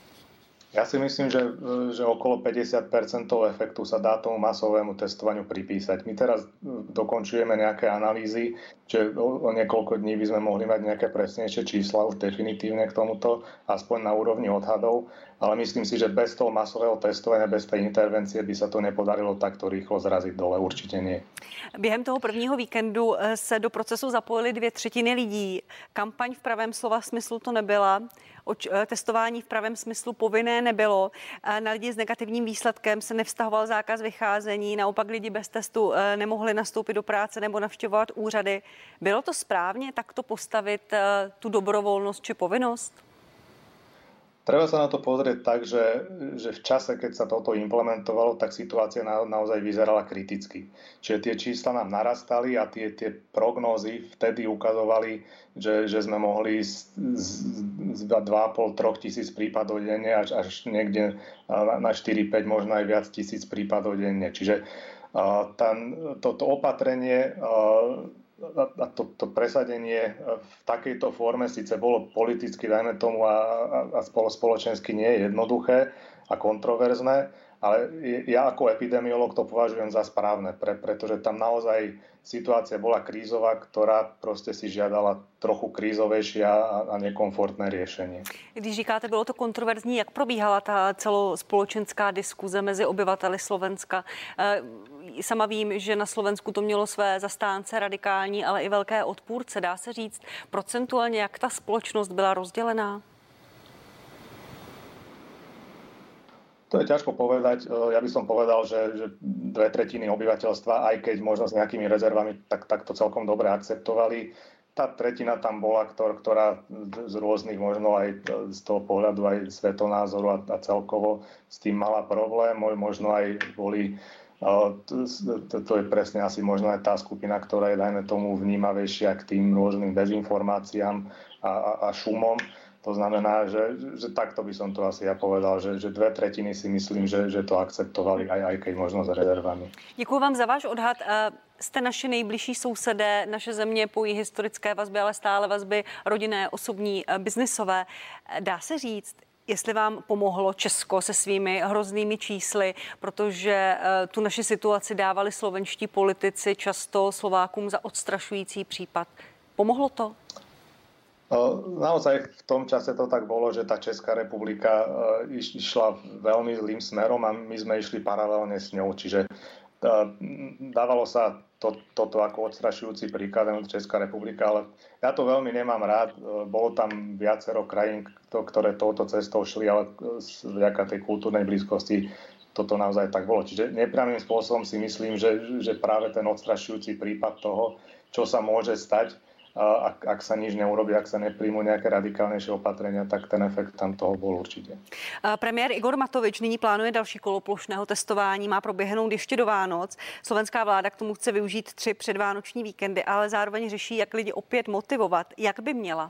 Ja si myslím, že, že okolo päťdesiat percent toho efektu sa dá tomu masovému testovaniu pripísať. My teraz dokončujeme nejaké analýzy, že o, o niekoľko dní by sme mohli mať nejaké presnejšie čísla už definitívne k tomuto, aspoň na úrovni odhadov, ale myslím si, že bez toho masového testovania, bez tej intervencie by sa to nepodarilo takto rýchlo zraziť dole. Určite nie. Během toho prvního víkendu se do procesu zapojily dvě třetiny lidí. Kampaň v pravém slova smyslu to nebyla. Oč, testování v pravém smyslu povinné nebylo. Na lidi s negativním výsledkem se nevztahoval zákaz vycházení. Naopak lidi bez testu nemohli nastoupit do práce nebo navštěvovat úřady. Bylo to správně takto postavit tu dobrovolnost či povinnost? Treba sa na to pozrieť tak, že, že v čase, keď sa toto implementovalo, tak situácia na, naozaj vyzerala kriticky. Čiže tie čísla nám narastali a tie, tie prognózy vtedy ukazovali, že, že sme mohli z, z, z dva a pol až tri tisíc prípadov denne až, až niekde na štyri päť, možno aj viac tisíc prípadov denne. Čiže uh, tam, toto opatrenie uh, a to, to presadenie v takejto forme síce bolo politicky, dajme tomu, a, a spoločensky nie je jednoduché a kontroverzné, ale ja ako epidemiolog to považujem za správne, pre, pretože tam naozaj situácia bola krízová, ktorá proste si žiadala trochu krízovejšie a, a nekomfortné riešenie. Když říkáte, bylo to kontroverzní, jak probíhala ta celospolečenská diskuze mezi obyvateli Slovenska? Sama vím, že na Slovensku to mělo své zastánce radikální, ale i velké odpůrce. Dá se říct procentuálně, jak ta společnost byla rozdělená? To je ťažko povedať. Ja by som povedal, že, že dve tretiny obyvateľstva, aj keď možno s nejakými rezervami, tak, tak to celkom dobre akceptovali. Tá tretina tam bola, ktor, ktorá z rôznych, možno aj z toho pohľadu aj svetonázoru a, a celkovo s tým mala problém. Možno aj boli, to, to je presne asi možno aj tá skupina, ktorá je, dajme tomu, vnímavejšia k tým rôznym dezinformáciám a, a, a šumom. To znamená, že, že takto by som to asi ja povedal, že, že dve tretiny si myslím, že, že to akceptovali, aj, aj keď možno s rezervami. Děkuji vám za váš odhad. Jste naši nejbližší sousedé, naše země pojí historické vazby, ale stále vazby rodinné, osobní, biznisové. Dá se říct, jestli vám pomohlo Česko se svými hroznými čísly, protože tu naši situaci dávali slovenští politici často Slovákům za odstrašující případ. Pomohlo to? Naozaj v tom čase to tak bolo, že tá Česká republika išla veľmi zlým smerom a my sme išli paralelne s ňou. Čiže dávalo sa to, toto ako odstrašujúci príklad Česká republika, ale ja to veľmi nemám rád. Bolo tam viacero krajín, ktoré touto cestou šli, ale vďaka tej kultúrnej blízkosti toto naozaj tak bolo. Čiže nepriamým spôsobom si myslím, že, že práve ten odstrašujúci prípad toho, čo sa môže stať, Ak, ak sa nič neurobí, ak sa nepríjmú nejaké radikálnejšie opatrenia, tak ten efekt tam toho bol určitě. Premiér Igor Matovič nyní plánuje další kolo plošného testování, má proběhnout ještě do Vánoc. Slovenská vláda k tomu chce využít tři předvánoční víkendy, ale zároveň řeší, jak lidi opět motivovat. Jak by měla?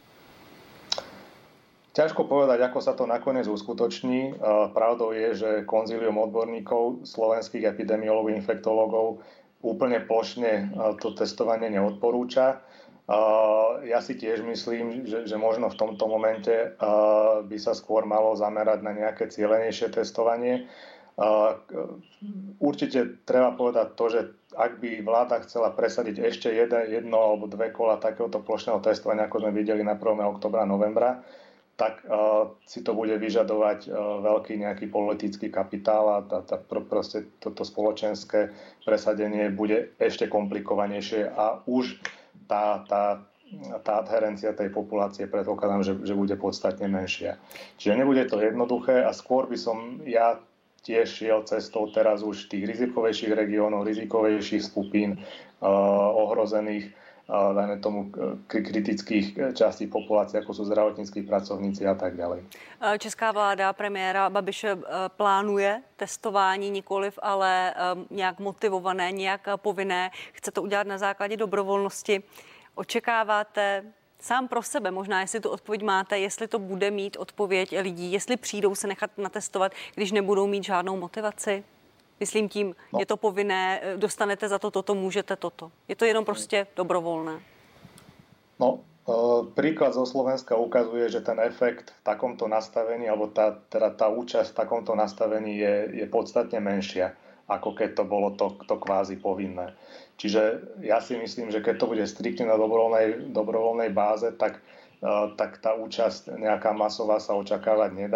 Ťažko povedať, ako sa to nakoniec uskutoční. Pravdou je, že konzílium odborníkov, slovenských epidemiologov, infektologov úplne plošne to testovanie neodporúča. Uh, ja si tiež myslím, že, že možno v tomto momente uh, by sa skôr malo zamerať na nejaké cielenejšie testovanie. Uh, určite treba povedať to, že ak by vláda chcela presadiť ešte jedno, jedno alebo dve kola takéhoto plošného testovania, ako sme videli na prvého októbra, novembra, tak uh, si to bude vyžadovať uh, veľký nejaký politický kapitál a tá, tá, proste toto spoločenské presadenie bude ešte komplikovanejšie a už Tá, tá, tá adherencia tej populácie predpokladám, že, že bude podstatne menšia. Čiže nebude to jednoduché a skôr by som ja tiež šiel cestou teraz už tých rizikovejších regiónov, rizikovejších skupín, uh, ohrozených, uh, dajme tomu kritických častí populácie, ako sú zdravotníckí pracovníci a tak ďalej. Česká vláda premiéra Babiše plánuje testování nikoliv, ale nějak motivované, nějak povinné. Chce to udělat na základě dobrovolnosti. Očekáváte sám pro sebe, možná jestli tu odpověď máte, jestli to bude mít odpověď lidí, jestli přijdou se nechat natestovat, když nebudou mít žádnou motivaci? Myslím tím, no. Je to povinné, dostanete za to toto, můžete toto. Je to jenom prostě dobrovolné. No, príklad zo Slovenska ukazuje, že ten efekt v takomto nastavení, alebo tá, teda tá účasť v takomto nastavení je, je podstatne menšia, ako keď to bolo to, to kvázi povinné. Čiže ja si myslím, že keď to bude striktne na dobrovoľnej, dobrovoľnej báze, tak, tak tá účasť nejaká masová sa očakávať nedá.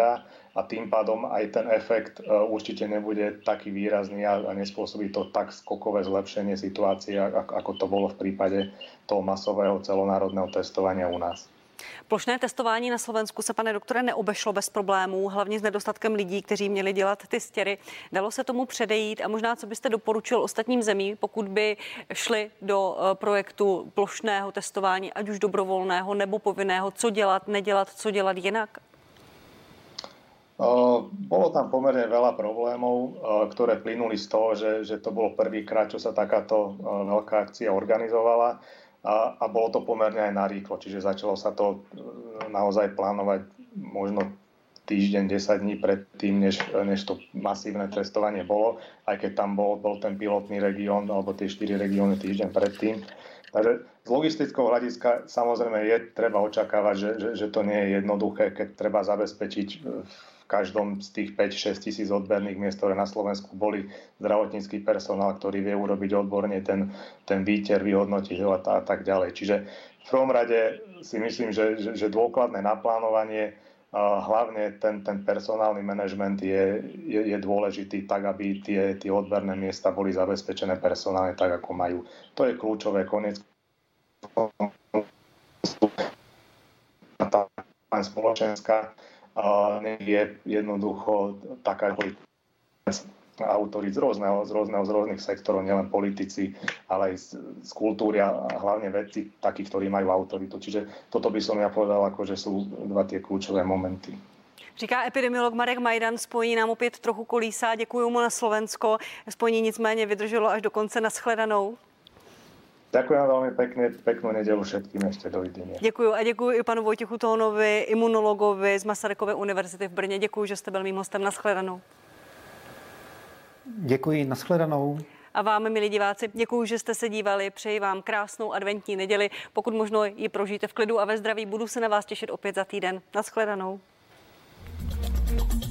a tým pádom aj ten efekt určite nebude taký výrazný a nespôsobí to tak skokové zlepšenie situácie, ako to bolo v prípade toho masového celonárodného testovania u nás. Plošné testování na Slovensku se, pane doktore, neobešlo bez problémů, hlavně s nedostatkem lidí, kteří měli dělat ty stěry. Dalo se tomu předejít a možná, co byste doporučil ostatním zemím, pokud by šli do projektu plošného testování, ať už dobrovolného nebo povinného, co dělat, nedělat, co dělat jinak? Bolo tam pomerne veľa problémov, ktoré plynuli z toho, že, že to bolo prvýkrát, čo sa takáto veľká akcia organizovala. A, a bolo to pomerne aj narýchlo, čiže začalo sa to naozaj plánovať možno týždeň, desať dní predtým, než, než to masívne testovanie bolo, aj keď tam bol, bol ten pilotný región, alebo tie štyri regióny týždeň predtým. Takže z logistického hľadiska samozrejme je treba očakávať, že, že, že to nie je jednoduché, keď treba zabezpečiť v každom z tých päť šesť tisíc odberných miest, ktoré na Slovensku boli, zdravotnícky personál, ktorý vie urobiť odborne ten, ten výter, vyhodnotiť ho a, a tak ďalej. Čiže v prvom rade si myslím, že, že, že dôkladné naplánovanie, a hlavne ten, ten personálny manažment je, je, je dôležitý tak, aby tie, tie odberné miesta boli zabezpečené personálne tak, ako majú. To je kľúčové. Koniec tá spoločenská je jednoducho taká autorít z rôzneho, z rôzneho, z rôznych sektorov, nielen politici, ale aj z, z kultúry a hlavne vedci, takí, ktorí majú autoritu. Čiže toto by som ja povedal, ako, že sú dva tie kľúčové momenty. Říká epidemiolog Marek Majdan, spojení nám opět trochu kolísá, děkuji mu na Slovensko. Spojení nicméně vydrželo až do konce. Nashledanou. Ďakujem veľmi pekne, peknú nedeľu všetkým, ešte dovidenia. Děkuji a děkuji i panu Vojtěchu Tónovi, imunologovi z Masarykovy univerzity v Brně. Děkuji, že jste byl mým hostem. Nashledanou. Děkuji, nashledanou. A vám, milí diváci, děkuji, že jste se dívali. Přeji vám krásnou adventní neděli. Pokud možno ji prožijte v klidu a ve zdraví. Budu se na vás těšit opět za týden. Nashledanou.